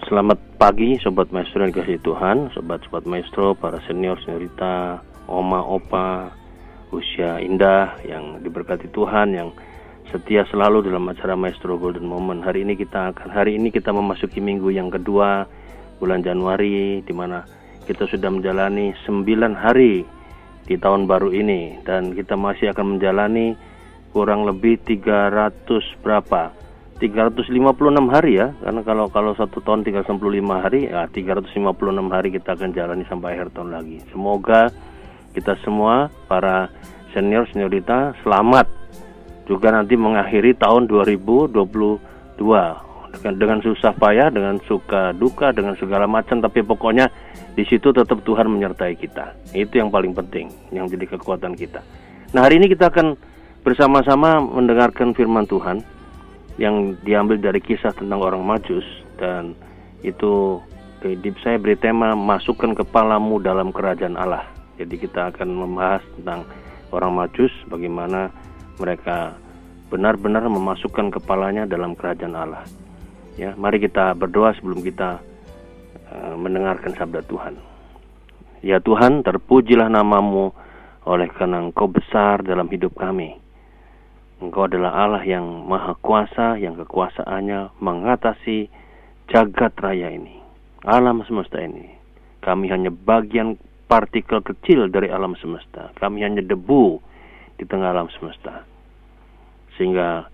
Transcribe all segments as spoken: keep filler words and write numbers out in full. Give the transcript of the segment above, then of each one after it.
Selamat pagi Sobat Maestro yang dikasihi Tuhan, Sobat-Sobat Maestro, para senior, seniorita, oma, opa, usia indah yang diberkati Tuhan, yang setia selalu dalam acara Maestro Golden Moment. Hari ini kita akan hari ini kita memasuki minggu yang kedua bulan Januari, di mana kita sudah menjalani sembilan hari di tahun baru ini, dan kita masih akan menjalani kurang lebih tiga ratus berapa? tiga ratus lima puluh enam hari ya, karena kalau kalau satu tahun tiga ratus enam puluh lima hari, ya tiga ratus lima puluh enam hari kita akan jalani sampai akhir tahun lagi. Semoga kita semua para senior seniorita selamat juga nanti mengakhiri tahun dua ribu dua puluh dua dengan dengan susah payah, dengan suka duka, dengan segala macam, tapi pokoknya di situ tetap Tuhan menyertai kita. Itu yang paling penting, yang jadi kekuatan kita. Nah, hari ini kita akan bersama-sama mendengarkan firman Tuhan yang diambil dari kisah tentang orang Majus, dan itu di saya beri tema masukkan kepalamu dalam kerajaan Allah. Jadi kita akan membahas tentang orang Majus, bagaimana mereka benar-benar memasukkan kepalanya dalam kerajaan Allah. Ya, mari kita berdoa sebelum kita uh, mendengarkan sabda Tuhan. Ya Tuhan, terpujilah namamu oleh karena Engkau besar dalam hidup kami. Engkau adalah Allah yang maha kuasa, yang kekuasaannya mengatasi jagat raya ini, alam semesta ini. Kami hanya bagian partikel kecil dari alam semesta. Kami hanya debu di tengah alam semesta. Sehingga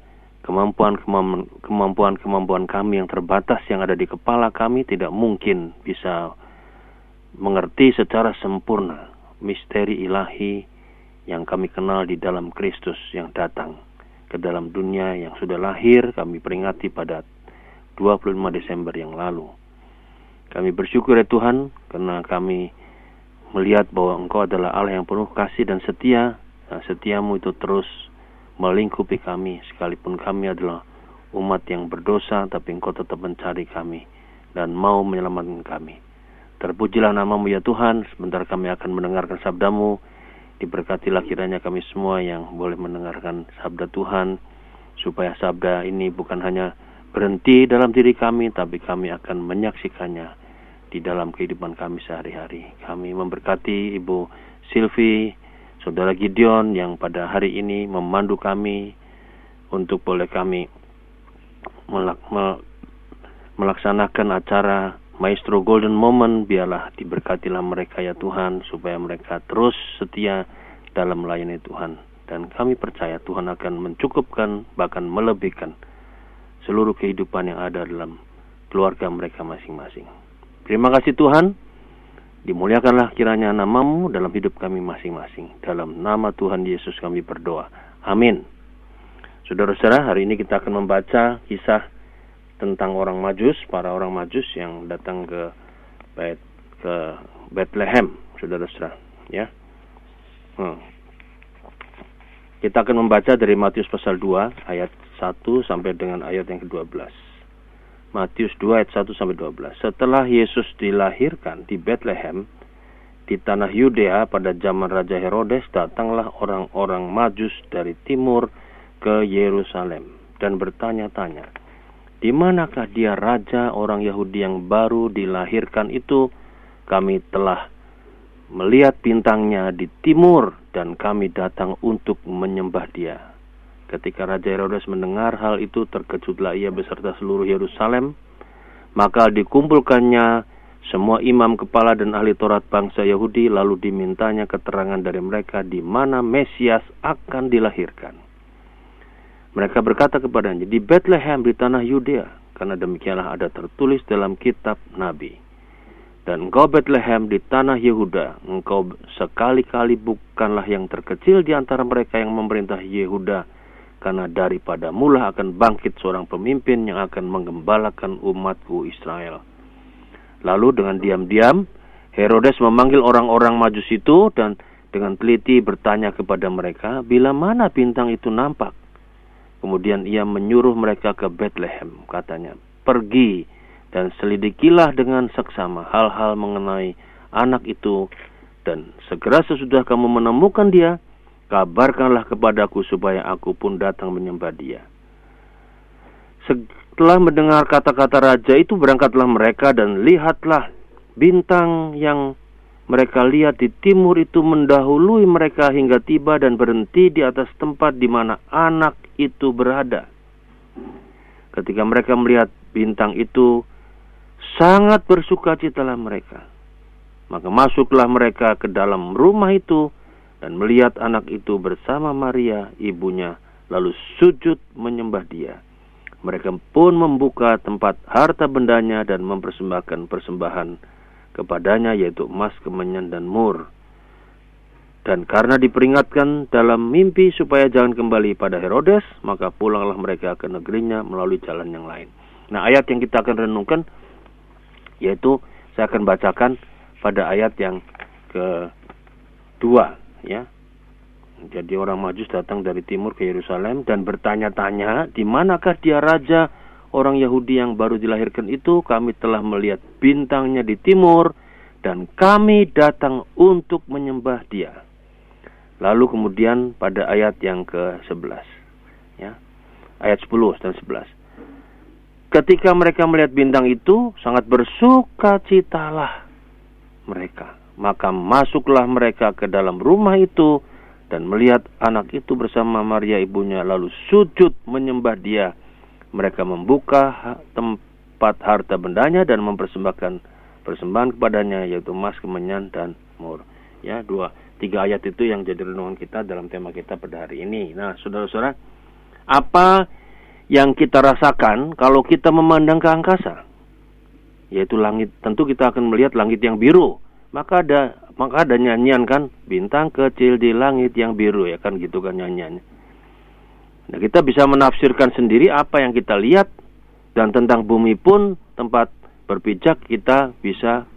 kemampuan-kemampuan kami yang terbatas yang ada di kepala kami tidak mungkin bisa mengerti secara sempurna misteri ilahi yang kami kenal di dalam Kristus yang datang ke dalam dunia, yang sudah lahir. Kami peringati pada dua puluh lima Desember yang lalu. Kami bersyukur ya Tuhan, karena kami melihat bahwa Engkau adalah Allah yang penuh kasih dan setia. Nah, setiamu itu terus melingkupi kami, sekalipun kami adalah umat yang berdosa, tapi Engkau tetap mencari kami dan mau menyelamatkan kami. Terpujilah namamu ya Tuhan. Sebentar kami akan mendengarkan sabdamu. Diberkatilah kiranya kami semua yang boleh mendengarkan sabda Tuhan, supaya sabda ini bukan hanya berhenti dalam diri kami, tapi kami akan menyaksikannya di dalam kehidupan kami sehari-hari. Kami memberkati Ibu Silvi, Saudara Gideon yang pada hari ini memandu kami untuk boleh kami melak- mel- melaksanakan acara Maestro Golden Moment. Biarlah diberkatilah mereka ya Tuhan, supaya mereka terus setia dalam melayani Tuhan. Dan kami percaya Tuhan akan mencukupkan, bahkan melebihkan seluruh kehidupan yang ada dalam keluarga mereka masing-masing. Terima kasih Tuhan. Dimuliakanlah kiranya namamu dalam hidup kami masing-masing. Dalam nama Tuhan Yesus kami berdoa. Amin. Saudara-saudara, hari ini kita akan membaca kisah tentang orang Majus, para orang Majus yang datang ke Bait, ke Bethlehem, saudara-saudara, ya. Hmm. Kita akan membaca dari Matius pasal dua ayat satu sampai dengan ayat yang kedua belas. Matius dua ayat satu sampai dua belas. Setelah Yesus dilahirkan di Bethlehem di tanah Yudea pada zaman Raja Herodes, datanglah orang-orang Majus dari timur ke Yerusalem dan bertanya-tanya, di manakah dia raja orang Yahudi yang baru dilahirkan itu? Kami telah melihat bintangnya di timur dan kami datang untuk menyembah dia. Ketika Raja Herodes mendengar hal itu, terkejutlah ia beserta seluruh Yerusalem. Maka dikumpulkannya semua imam kepala dan ahli Taurat bangsa Yahudi, lalu dimintanya keterangan dari mereka di mana Mesias akan dilahirkan. Mereka berkata kepadanya, di Bethlehem di tanah Yudea, karena demikianlah ada tertulis dalam kitab Nabi. Dan engkau Bethlehem di tanah Yehuda, engkau sekali-kali bukanlah yang terkecil di antara mereka yang memerintah Yehuda, karena daripada mula akan bangkit seorang pemimpin yang akan menggembalakan umatku Israel. Lalu dengan diam-diam Herodes memanggil orang-orang Majus itu dan dengan teliti bertanya kepada mereka, bila mana bintang itu nampak? Kemudian ia menyuruh mereka ke Bethlehem, katanya, pergi dan selidikilah dengan seksama hal-hal mengenai anak itu, dan segera sesudah kamu menemukan dia, kabarkanlah kepadaku supaya aku pun datang menyembah dia. telah mendengar kata-kata raja itu, berangkatlah mereka, dan lihatlah bintang yang mereka lihat di timur itu mendahului mereka hingga tiba dan berhenti di atas tempat di mana anak itu berada. Ketika mereka melihat bintang itu, sangat bersukacitalah mereka. Maka masuklah mereka ke dalam rumah itu dan melihat anak itu bersama Maria ibunya, lalu sujud menyembah dia. Mereka pun membuka tempat harta bendanya dan mempersembahkan persembahan kepadanya, yaitu emas, kemenyan, dan mur. Dan karena diperingatkan dalam mimpi supaya jangan kembali pada Herodes, maka pulanglah mereka ke negerinya melalui jalan yang lain. Nah, ayat yang kita akan renungkan, yaitu saya akan bacakan pada ayat yang kedua, ya. Jadi orang Majus datang dari timur ke Yerusalem dan bertanya-tanya, di manakah dia raja orang Yahudi yang baru dilahirkan itu? Kami telah melihat bintangnya di timur dan kami datang untuk menyembah dia. Lalu kemudian pada ayat yang ke sebelas, ya, ayat sepuluh dan sebelas. Ketika mereka melihat bintang itu, sangat bersukacitalah mereka. Maka masuklah mereka ke dalam rumah itu dan melihat anak itu bersama Maria ibunya, lalu sujud menyembah dia. Mereka membuka tempat harta bendanya dan mempersembahkan persembahan kepadanya, yaitu emas, kemenyan, dan mur. Ya, dua, tiga ayat itu yang jadi renungan kita dalam tema kita pada hari ini. Nah, saudara-saudara, apa yang kita rasakan kalau kita memandang ke angkasa? Yaitu langit. Tentu kita akan melihat langit yang biru. Maka ada maka ada nyanyian kan, bintang kecil di langit yang biru, ya kan, gitu kan nyanyiannya. Nah, kita bisa menafsirkan sendiri apa yang kita lihat, dan tentang bumi pun tempat berpijak kita bisa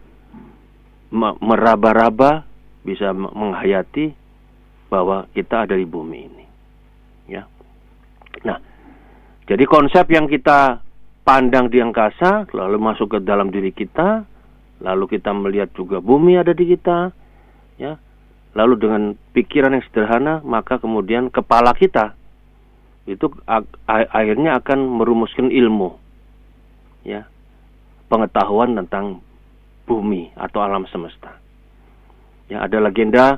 meraba-raba, bisa menghayati bahwa kita ada di bumi ini, ya. Nah, jadi konsep yang kita pandang di angkasa lalu masuk ke dalam diri kita. Lalu kita melihat juga bumi ada di kita, ya. Lalu dengan pikiran yang sederhana, maka kemudian kepala kita itu akhirnya akan merumuskan ilmu, ya, pengetahuan tentang bumi atau alam semesta. Ya, ada legenda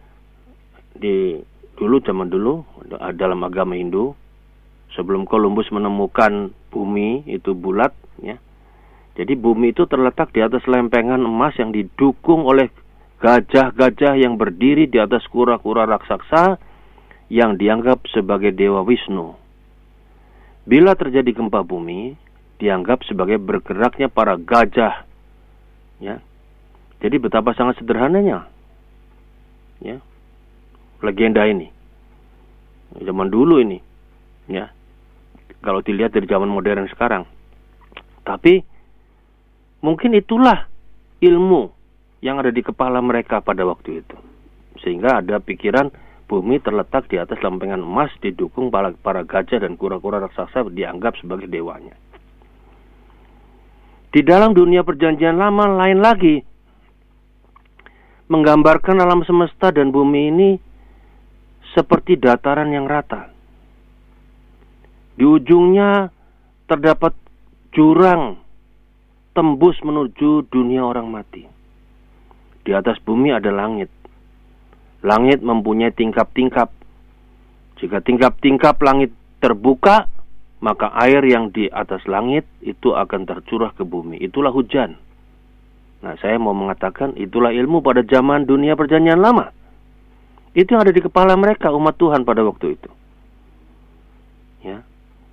di dulu zaman dulu dalam agama Hindu, sebelum Columbus menemukan bumi itu bulat, ya. Jadi bumi itu terletak di atas lempengan emas yang didukung oleh gajah-gajah yang berdiri di atas kura-kura raksasa yang dianggap sebagai Dewa Wisnu. Bila terjadi gempa bumi, dianggap sebagai bergeraknya para gajah. Ya. Jadi betapa sangat sederhananya, ya, legenda ini. Zaman dulu ini, ya. Kalau dilihat dari zaman modern sekarang. Tapi mungkin itulah ilmu yang ada di kepala mereka pada waktu itu. Sehingga ada pikiran bumi terletak di atas lempengan emas didukung para, para gajah dan kura-kura raksasa dianggap sebagai dewanya. Di dalam dunia perjanjian lama lain lagi, menggambarkan alam semesta dan bumi ini seperti dataran yang rata. Di ujungnya terdapat jurang tembus menuju dunia orang mati. Di atas bumi ada langit. Langit mempunyai tingkap-tingkap. Jika tingkap-tingkap langit terbuka, maka air yang di atas langit itu akan tercurah ke bumi. Itulah hujan. Nah, saya mau mengatakan itulah ilmu pada zaman dunia perjanjian lama. Itu yang ada di kepala mereka, umat Tuhan pada waktu itu. Ya.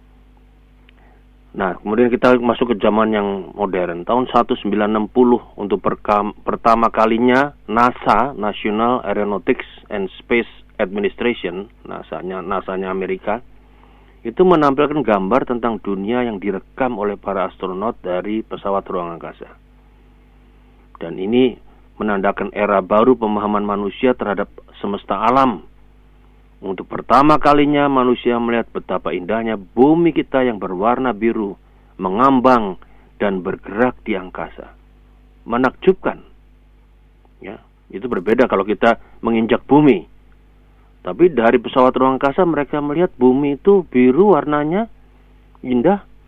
Nah, kemudian kita masuk ke zaman yang modern. Tahun seribu sembilan ratus enam puluh, untuk perka- pertama kalinya NASA, National Aeronautics and Space Administration, NASA-nya, NASA-nya Amerika, itu menampilkan gambar tentang dunia yang direkam oleh para astronot dari pesawat ruang angkasa. Dan ini menandakan era baru pemahaman manusia terhadap semesta alam. Untuk pertama kalinya manusia melihat betapa indahnya bumi kita yang berwarna biru, mengambang dan bergerak di angkasa. Menakjubkan. Ya, itu berbeda kalau kita menginjak bumi. Tapi dari pesawat ruang angkasa mereka melihat bumi itu biru warnanya, indah,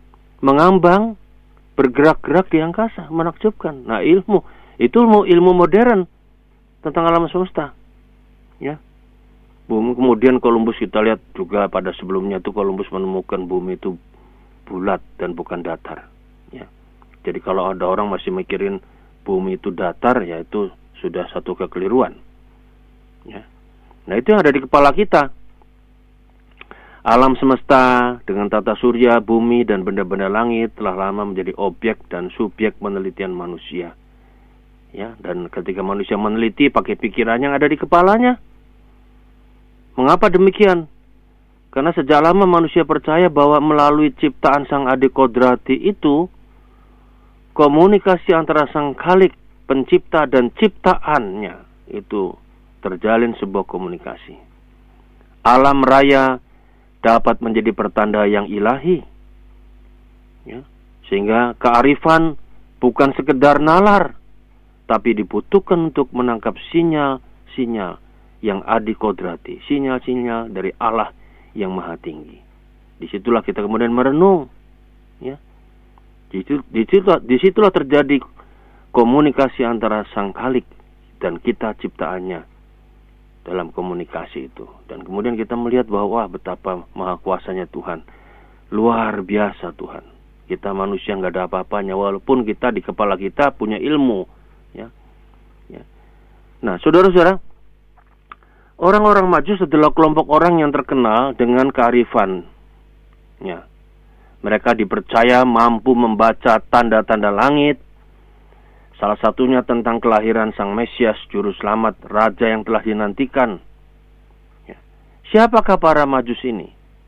mengambang, bergerak-gerak di angkasa, menakjubkan. Nah, ilmu itu ilmu, ilmu modern tentang alam semesta. Ya. Bumi, kemudian Columbus kita lihat juga pada sebelumnya itu Columbus menemukan bumi itu bulat dan bukan datar. Ya. Jadi kalau ada orang masih mikirin bumi itu datar, ya itu sudah satu kekeliruan. Ya. Nah, itu yang ada di kepala kita. Alam semesta dengan tata surya, bumi, dan benda-benda langit telah lama menjadi objek dan subjek penelitian manusia. Ya, dan ketika manusia meneliti pakai pikirannya yang ada di kepalanya. Mengapa demikian? Karena sejak lama manusia percaya bahwa melalui ciptaan Sang Adi Kodrati itu, komunikasi antara Sang Khalik, pencipta dan ciptaannya itu terjalin sebuah komunikasi. Alam raya dapat menjadi pertanda yang ilahi, ya, sehingga kearifan bukan sekedar nalar, tapi dibutuhkan untuk menangkap sinyal-sinyal yang adi kodrati, sinyal-sinyal dari Allah yang maha tinggi. Disitulah kita kemudian merenung, ya. Disitulah, disitulah terjadi komunikasi antara Sang Khalik dan kita ciptaannya. Dalam komunikasi itu. Dan kemudian kita melihat bahwa wah, betapa maha kuasanya Tuhan. Luar biasa Tuhan. Kita manusia nggak ada apa-apanya. Walaupun kita di kepala kita punya ilmu. Ya. Ya. Nah, saudara-saudara, orang-orang Majus adalah kelompok orang yang terkenal dengan kearifan. Ya. Mereka dipercaya mampu membaca tanda-tanda langit. Salah satunya tentang kelahiran Sang Mesias, Juru Selamat, Raja yang telah dinantikan. Ya. Siapakah para Majus ini?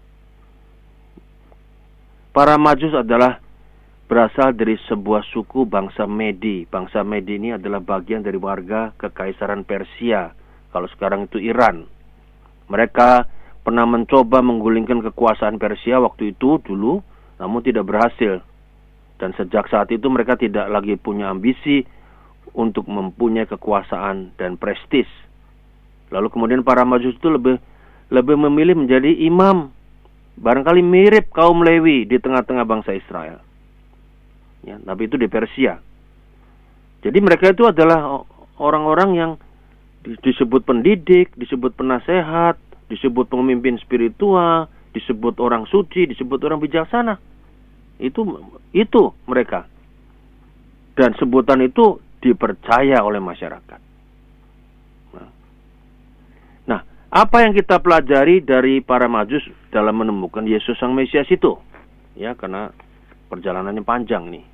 Para Majus adalah berasal dari sebuah suku bangsa Medi. Bangsa Medi ini adalah bagian dari warga Kekaisaran Persia. Kalau sekarang itu Iran. Mereka pernah mencoba menggulingkan kekuasaan Persia waktu itu dulu, namun tidak berhasil. Dan sejak saat itu mereka tidak lagi punya ambisi untuk mempunyai kekuasaan dan prestis. Lalu kemudian para Majus itu lebih lebih memilih menjadi imam. Barangkali mirip kaum Lewi di tengah-tengah bangsa Israel. Ya, tapi itu di Persia. Jadi mereka itu adalah orang-orang yang disebut pendidik, disebut penasehat, disebut pemimpin spiritual, disebut orang suci, disebut orang bijaksana. Itu itu mereka. Dan sebutan itu dipercaya oleh masyarakat. Nah, nah, apa yang kita pelajari dari para Majus dalam menemukan Yesus Sang Mesias itu? Ya, karena perjalanannya panjang nih.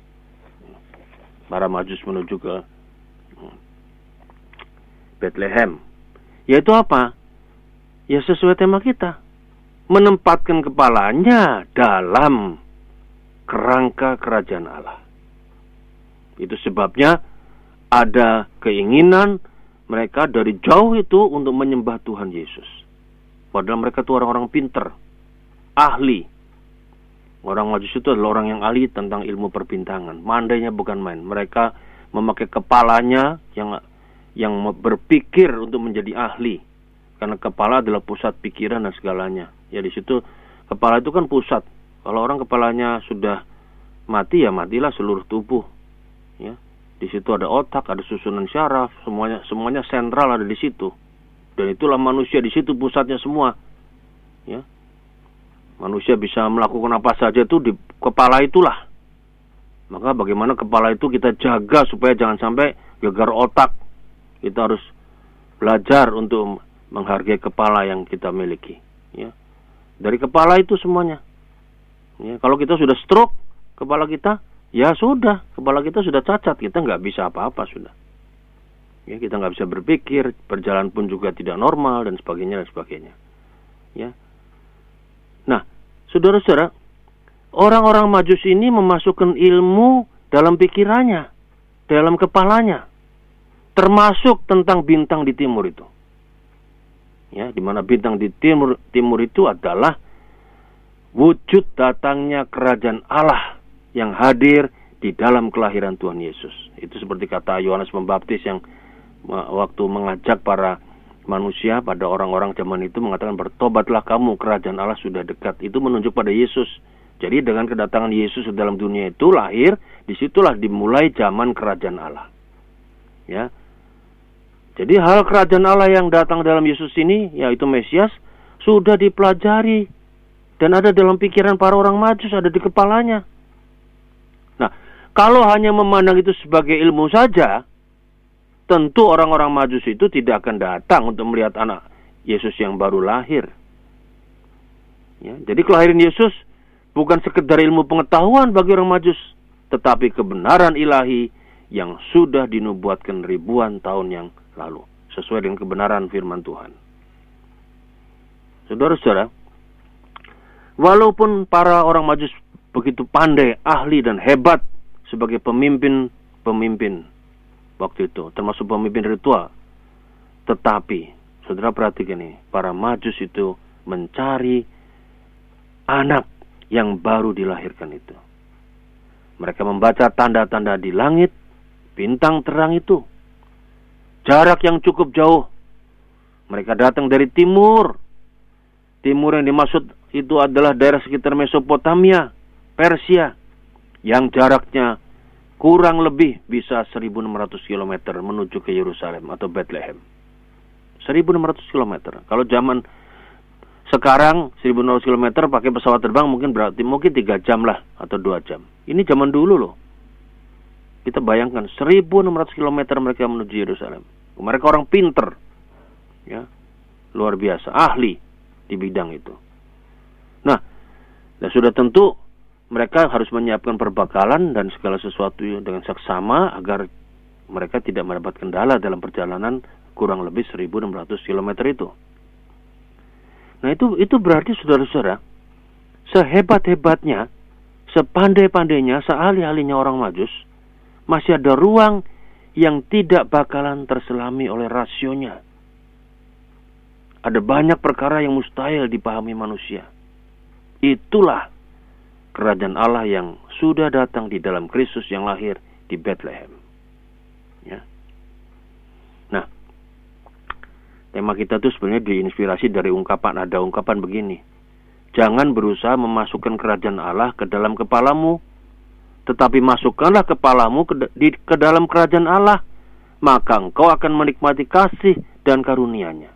Para Majus menuju ke Bethlehem. Yaitu apa? Ya sesuai tema kita. Menempatkan kepalanya dalam kerangka kerajaan Allah. Itu sebabnya ada keinginan mereka dari jauh itu untuk menyembah Tuhan Yesus. Padahal mereka itu orang-orang pinter, ahli. Orang Majus itu adalah orang yang ahli tentang ilmu perbintangan. Mandainya bukan main. Mereka memakai kepalanya yang yang berpikir untuk menjadi ahli. Karena kepala adalah pusat pikiran dan segalanya. Ya di situ kepala itu kan pusat. Kalau orang kepalanya sudah mati, ya matilah seluruh tubuh. Ya, di situ ada otak, ada susunan syaraf, semuanya semuanya sentral ada di situ. Dan itulah manusia, di situ pusatnya semua. Ya, manusia bisa melakukan apa saja itu di kepala itulah. Maka bagaimana kepala itu kita jaga supaya jangan sampai gegar otak. Kita harus belajar untuk menghargai kepala yang kita miliki. Ya, dari kepala itu semuanya. Ya, kalau kita sudah stroke kepala kita, ya sudah, kepala kita sudah cacat, kita nggak bisa apa-apa sudah. Ya, kita nggak bisa berpikir, berjalan pun juga tidak normal dan sebagainya dan sebagainya. Ya. Nah, saudara-saudara, orang-orang Majus ini memasukkan ilmu dalam pikirannya, dalam kepalanya, termasuk tentang bintang di timur itu. Ya, di mana bintang di timur timur itu adalah wujud datangnya kerajaan Allah yang hadir di dalam kelahiran Tuhan Yesus. Itu seperti kata Yohanes Pembaptis yang waktu mengajak para manusia pada orang-orang zaman itu mengatakan, bertobatlah kamu, kerajaan Allah sudah dekat. Itu menunjuk pada Yesus. Jadi dengan kedatangan Yesus ke dalam dunia itu lahir, disitulah dimulai zaman kerajaan Allah. Ya. Jadi hal kerajaan Allah yang datang dalam Yesus ini, yaitu Mesias, sudah dipelajari dan ada dalam pikiran para orang Majus, ada di kepalanya. Nah, kalau hanya memandang itu sebagai ilmu saja, tentu orang-orang Majus itu tidak akan datang untuk melihat anak Yesus yang baru lahir. Ya, jadi kelahiran Yesus bukan sekedar ilmu pengetahuan bagi orang Majus, tetapi kebenaran ilahi yang sudah dinubuatkan ribuan tahun yang lalu, sesuai dengan kebenaran firman Tuhan. Saudara-saudara, walaupun para orang Majus begitu pandai, ahli, dan hebat sebagai pemimpin-pemimpin waktu itu, termasuk pemimpin ritual, tetapi, saudara perhatikan ini, para Majus itu mencari anak yang baru dilahirkan itu. Mereka membaca tanda-tanda di langit, bintang terang itu, jarak yang cukup jauh. Mereka datang dari timur. Timur yang dimaksud itu adalah daerah sekitar Mesopotamia, Persia, yang jaraknya kurang lebih bisa seribu enam ratus kilometer menuju ke Yerusalem atau Bethlehem. seribu enam ratus kilometer. Kalau zaman sekarang seribu enam ratus kilometer pakai pesawat terbang mungkin berarti mungkin tiga jam lah atau dua jam. Ini zaman dulu loh. Kita bayangkan seribu enam ratus kilometer mereka menuju Yerusalem. Mereka orang pinter. Ya. Luar biasa, ahli di bidang itu. Nah, dan sudah tentu mereka harus menyiapkan perbekalan dan segala sesuatu dengan saksama agar mereka tidak mendapat kendala dalam perjalanan kurang lebih seribu enam ratus kilometer itu. Nah, itu itu berarti saudara-saudara, sehebat-hebatnya, sepandai-pandainya, seahli-ahlinya orang Majus, masih ada ruang yang tidak bakalan terselami oleh rasionya. Ada banyak perkara yang mustahil dipahami manusia. Itulah kerajaan Allah yang sudah datang di dalam Kristus yang lahir di Bethlehem. Ya. Nah, tema kita itu sebenarnya diinspirasi dari ungkapan, ada ungkapan begini. Jangan berusaha memasukkan kerajaan Allah ke dalam kepalamu, tetapi masukkanlah kepalamu ke, di, ke dalam kerajaan Allah, maka engkau akan menikmati kasih dan karunia-Nya.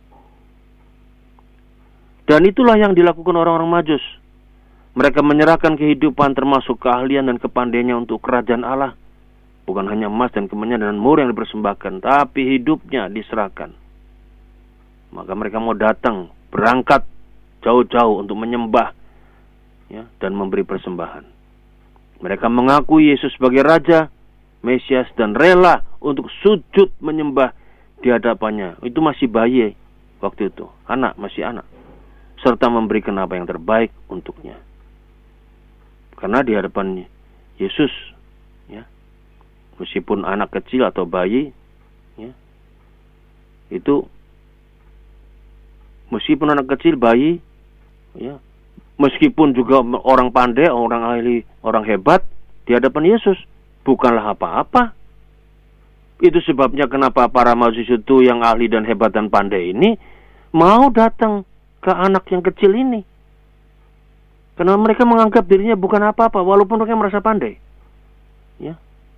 Dan itulah yang dilakukan orang-orang Majus. Mereka menyerahkan kehidupan termasuk keahlian dan kepandaiannya untuk kerajaan Allah. Bukan hanya emas dan kemenyan dan mur yang dipersembahkan, tapi hidupnya diserahkan. Maka mereka mau datang, berangkat jauh-jauh untuk menyembah, ya, dan memberi persembahan. Mereka mengakui Yesus sebagai Raja, Mesias, dan rela untuk sujud menyembah di hadapannya. Itu masih bayi waktu itu, anak, masih anak. Serta memberikan apa yang terbaik untuknya. Karena di hadapan Yesus, ya, meskipun anak kecil atau bayi, ya, itu meskipun anak kecil, bayi, ya, meskipun juga orang pandai, orang ahli, orang hebat, di hadapan Yesus bukanlah apa-apa. Itu sebabnya kenapa para Majus itu yang ahli dan hebat dan pandai ini mau datang ke anak yang kecil ini. Karena mereka menganggap dirinya bukan apa-apa, walaupun mereka merasa pandai. Ya.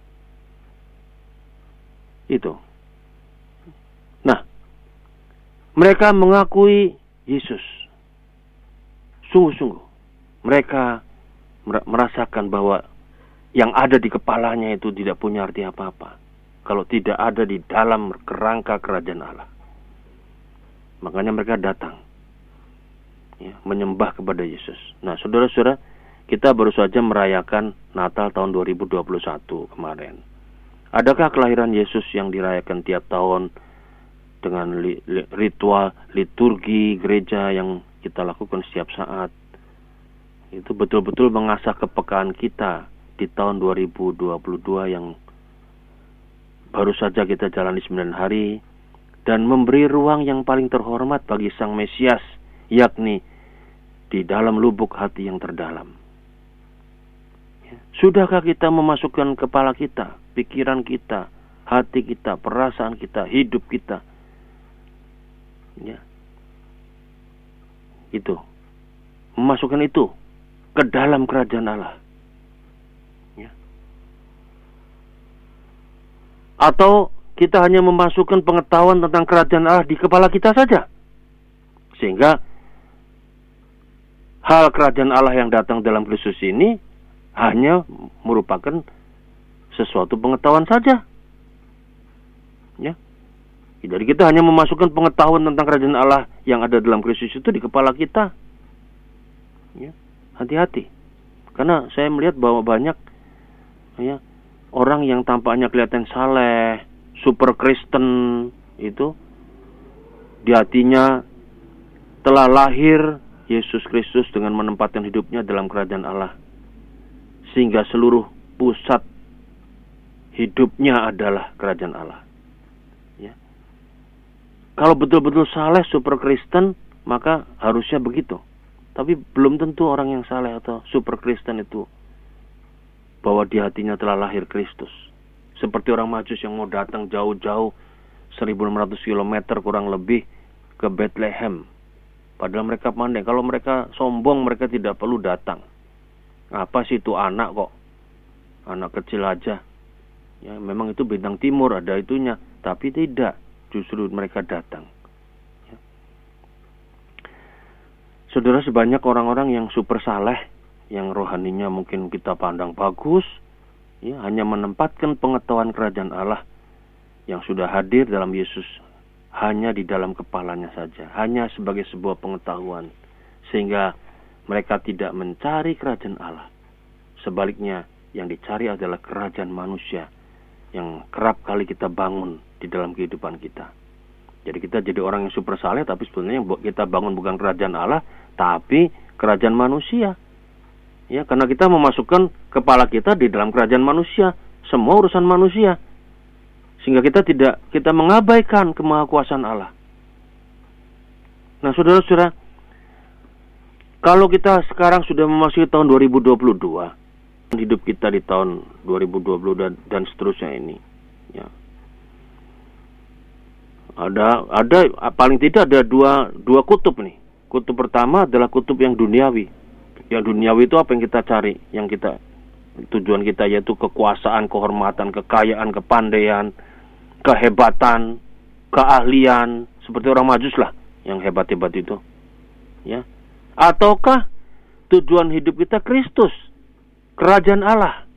Itu. Nah, mereka mengakui Yesus. Sungguh-sungguh. Mereka merasakan bahwa yang ada di kepalanya itu tidak punya arti apa-apa kalau tidak ada di dalam kerangka kerajaan Allah. Makanya mereka datang, ya, menyembah kepada Yesus. Nah, saudara-saudara, kita baru saja merayakan Natal tahun dua ribu dua puluh satu kemarin. Adakah kelahiran Yesus yang dirayakan tiap tahun dengan li, li, ritual liturgi gereja yang kita lakukan setiap saat? Itu betul-betul mengasah kepekaan kita di tahun dua ribu dua puluh dua yang baru saja kita jalani sembilan hari, dan memberi ruang yang paling terhormat bagi Sang Mesias, yakni di dalam lubuk hati yang terdalam. Ya. Sudahkah kita memasukkan kepala kita, pikiran kita, hati kita, perasaan kita, hidup kita, ya, itu, memasukkan itu ke dalam kerajaan Allah. Ya. Atau kita hanya memasukkan pengetahuan tentang kerajaan Allah di kepala kita saja. Sehingga hal kerajaan Allah yang datang dalam Kristus ini hanya merupakan sesuatu pengetahuan saja. Ya. Jadi kita hanya memasukkan pengetahuan tentang kerajaan Allah yang ada dalam Kristus itu di kepala kita. Ya. Hati-hati. Karena saya melihat bahwa banyak ya, orang yang tampaknya kelihatan saleh, super Kristen itu, di hatinya telah lahir Yesus Kristus dengan menempatkan hidupnya dalam kerajaan Allah. Sehingga seluruh pusat hidupnya adalah kerajaan Allah. Ya. Kalau betul-betul saleh, super Kristen, maka harusnya begitu. Tapi belum tentu orang yang saleh atau super Kristen itu bahwa di hatinya telah lahir Kristus. Seperti orang Majus yang mau datang jauh-jauh seribu enam ratus kilometer kurang lebih ke Bethlehem. Padahal mereka pandai. Kalau mereka sombong, mereka tidak perlu datang. Apa sih itu anak kok? Anak kecil aja. Ya, memang itu bintang timur, ada itunya. Tapi tidak. Justru mereka datang. Ya. Saudara, sebanyak orang-orang yang super saleh, yang rohaninya mungkin kita pandang bagus, ya, hanya menempatkan pengetahuan kerajaan Allah yang sudah hadir dalam Yesus hanya di dalam kepalanya saja, hanya sebagai sebuah pengetahuan, sehingga mereka tidak mencari kerajaan Allah. Sebaliknya, yang dicari adalah kerajaan manusia yang kerap kali kita bangun di dalam kehidupan kita. Jadi kita jadi orang yang super saleh, tapi sebenarnya yang kita bangun bukan kerajaan Allah, tapi kerajaan manusia. Ya, karena kita memasukkan kepala kita di dalam kerajaan manusia, semua urusan manusia. Sehingga kita tidak, kita mengabaikan kemahakuasaan Allah. Nah, saudara-saudara, kalau kita sekarang sudah memasuki tahun dua ribu dua puluh dua, hidup kita di tahun dua ribu dua puluh dan, dan seterusnya ini, ya, ada, ada paling tidak ada dua, dua kutub nih. Kutub pertama adalah kutub yang duniawi. Yang duniawi itu apa yang kita cari, yang kita tujuan kita yaitu kekuasaan, kehormatan, kekayaan, kepandaian, kehebatan, keahlian, seperti orang Majus lah yang hebat-hebat itu. Ya. Ataukah tujuan hidup kita Kristus, kerajaan Allah?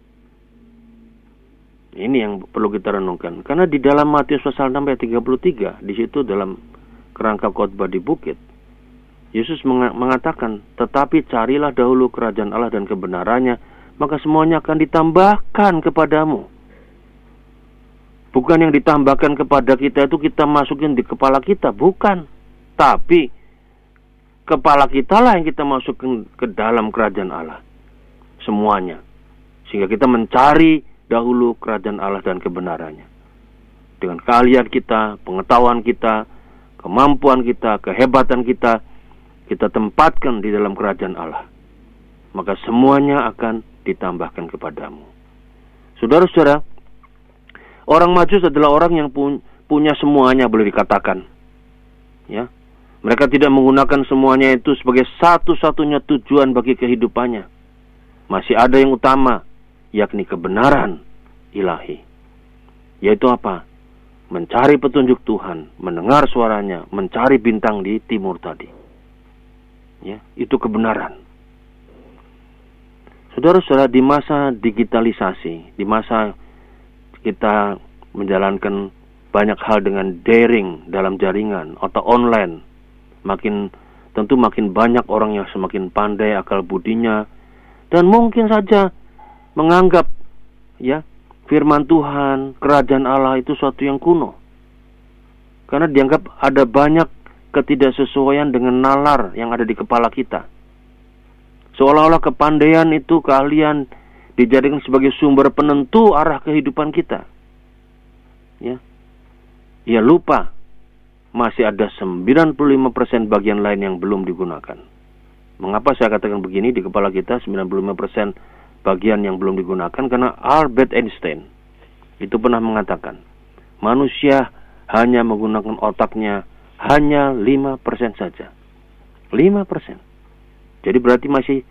Ini yang perlu kita renungkan. Karena di dalam Matius pasal enam ayat tiga puluh tiga, di situ dalam kerangka khotbah di bukit, Yesus mengatakan, tetapi carilah dahulu kerajaan Allah dan kebenarannya, maka semuanya akan ditambahkan kepadamu. Bukan yang ditambahkan kepada kita itu kita masukin di kepala kita, bukan. Tapi kepala kita lah yang kita masukin ke dalam kerajaan Allah. Semuanya. Sehingga kita mencari dahulu kerajaan Allah dan kebenarannya. Dengan keahlian kita, pengetahuan kita, kemampuan kita, kehebatan kita, kita tempatkan di dalam kerajaan Allah. Maka semuanya akan ditambahkan kepadamu. Saudara-saudara, orang Majus adalah orang yang punya semuanya, boleh dikatakan. Ya, mereka tidak menggunakan semuanya itu sebagai satu-satunya tujuan bagi kehidupannya. Masih ada yang utama, yakni kebenaran ilahi. Yaitu apa? Mencari petunjuk Tuhan, mendengar suaranya, mencari bintang di timur tadi. Ya, itu kebenaran. Saudara-saudara, di masa digitalisasi, di masa kita menjalankan banyak hal dengan daring dalam jaringan atau online, makin tentu makin banyak orang yang semakin pandai akal budinya dan mungkin saja menganggap ya firman Tuhan, kerajaan Allah itu suatu yang kuno. Karena dianggap ada banyak ketidaksesuaian dengan nalar yang ada di kepala kita. Seolah-olah kepandaian itu, keahlian dijadikan sebagai sumber penentu arah kehidupan kita. Ya. Ya lupa, masih ada sembilan puluh lima persen bagian lain yang belum digunakan. Mengapa saya katakan begini? Di kepala kita sembilan puluh lima persen bagian yang belum digunakan, karena Albert Einstein itu pernah mengatakan, manusia hanya menggunakan otaknya hanya lima persen saja. lima persen. Jadi berarti masih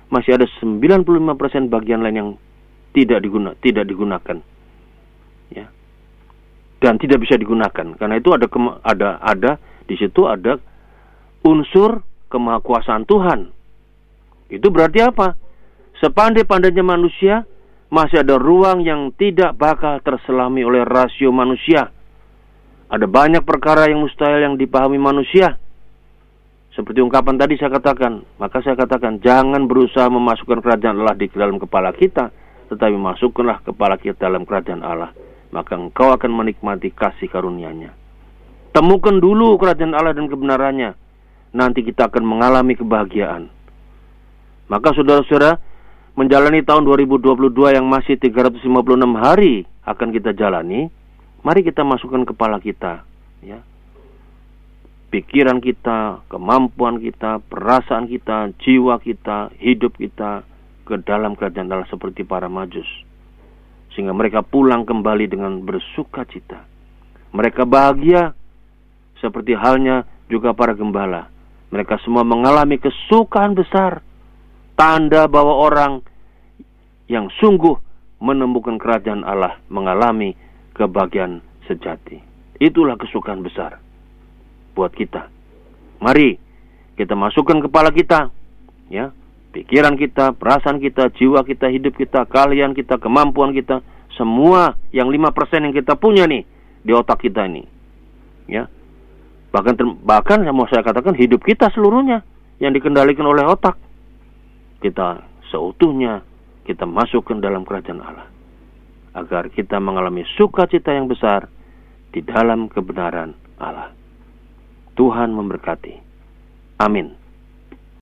masih ada sembilan puluh lima persen bagian lain yang tidak diguna, tidak digunakan, ya, dan tidak bisa digunakan. Karena itu ada ada ada di situ ada unsur kemahakuasaan Tuhan. Itu berarti apa? Sepandai-pandainya manusia, masih ada ruang yang tidak bakal terselami oleh rasio manusia. Ada banyak perkara yang mustahil yang dipahami manusia. Seperti ungkapan tadi saya katakan, maka saya katakan, jangan berusaha memasukkan kerajaan Allah di dalam kepala kita, tetapi masukkanlah kepala kita dalam kerajaan Allah. Maka engkau akan menikmati kasih karunia-Nya. Temukan dulu kerajaan Allah dan kebenarannya. Nanti kita akan mengalami kebahagiaan. Maka saudara-saudara, menjalani tahun dua ribu dua puluh dua yang masih tiga ratus lima puluh enam hari akan kita jalani, mari kita masukkan kepala kita, ya, pikiran kita, kemampuan kita, perasaan kita, jiwa kita, hidup kita ke dalam kerajaan Allah seperti para majus. Sehingga mereka pulang kembali dengan bersuka cita. Mereka bahagia seperti halnya juga para gembala. Mereka semua mengalami kesukaan besar. Tanda bahwa orang yang sungguh menemukan kerajaan Allah mengalami kebahagiaan sejati. Itulah kesukaan besar buat kita. Mari kita masukkan kepala kita, ya, pikiran kita, perasaan kita, jiwa kita, hidup kita, keahlian kita, kemampuan kita, semua yang lima persen yang kita punya nih di otak kita ini, ya. Bahkan bahkan mau saya katakan hidup kita seluruhnya yang dikendalikan oleh otak. Kita seutuhnya kita masukkan dalam kerajaan Allah agar kita mengalami sukacita yang besar di dalam kebenaran Allah. Tuhan memberkati. Amin.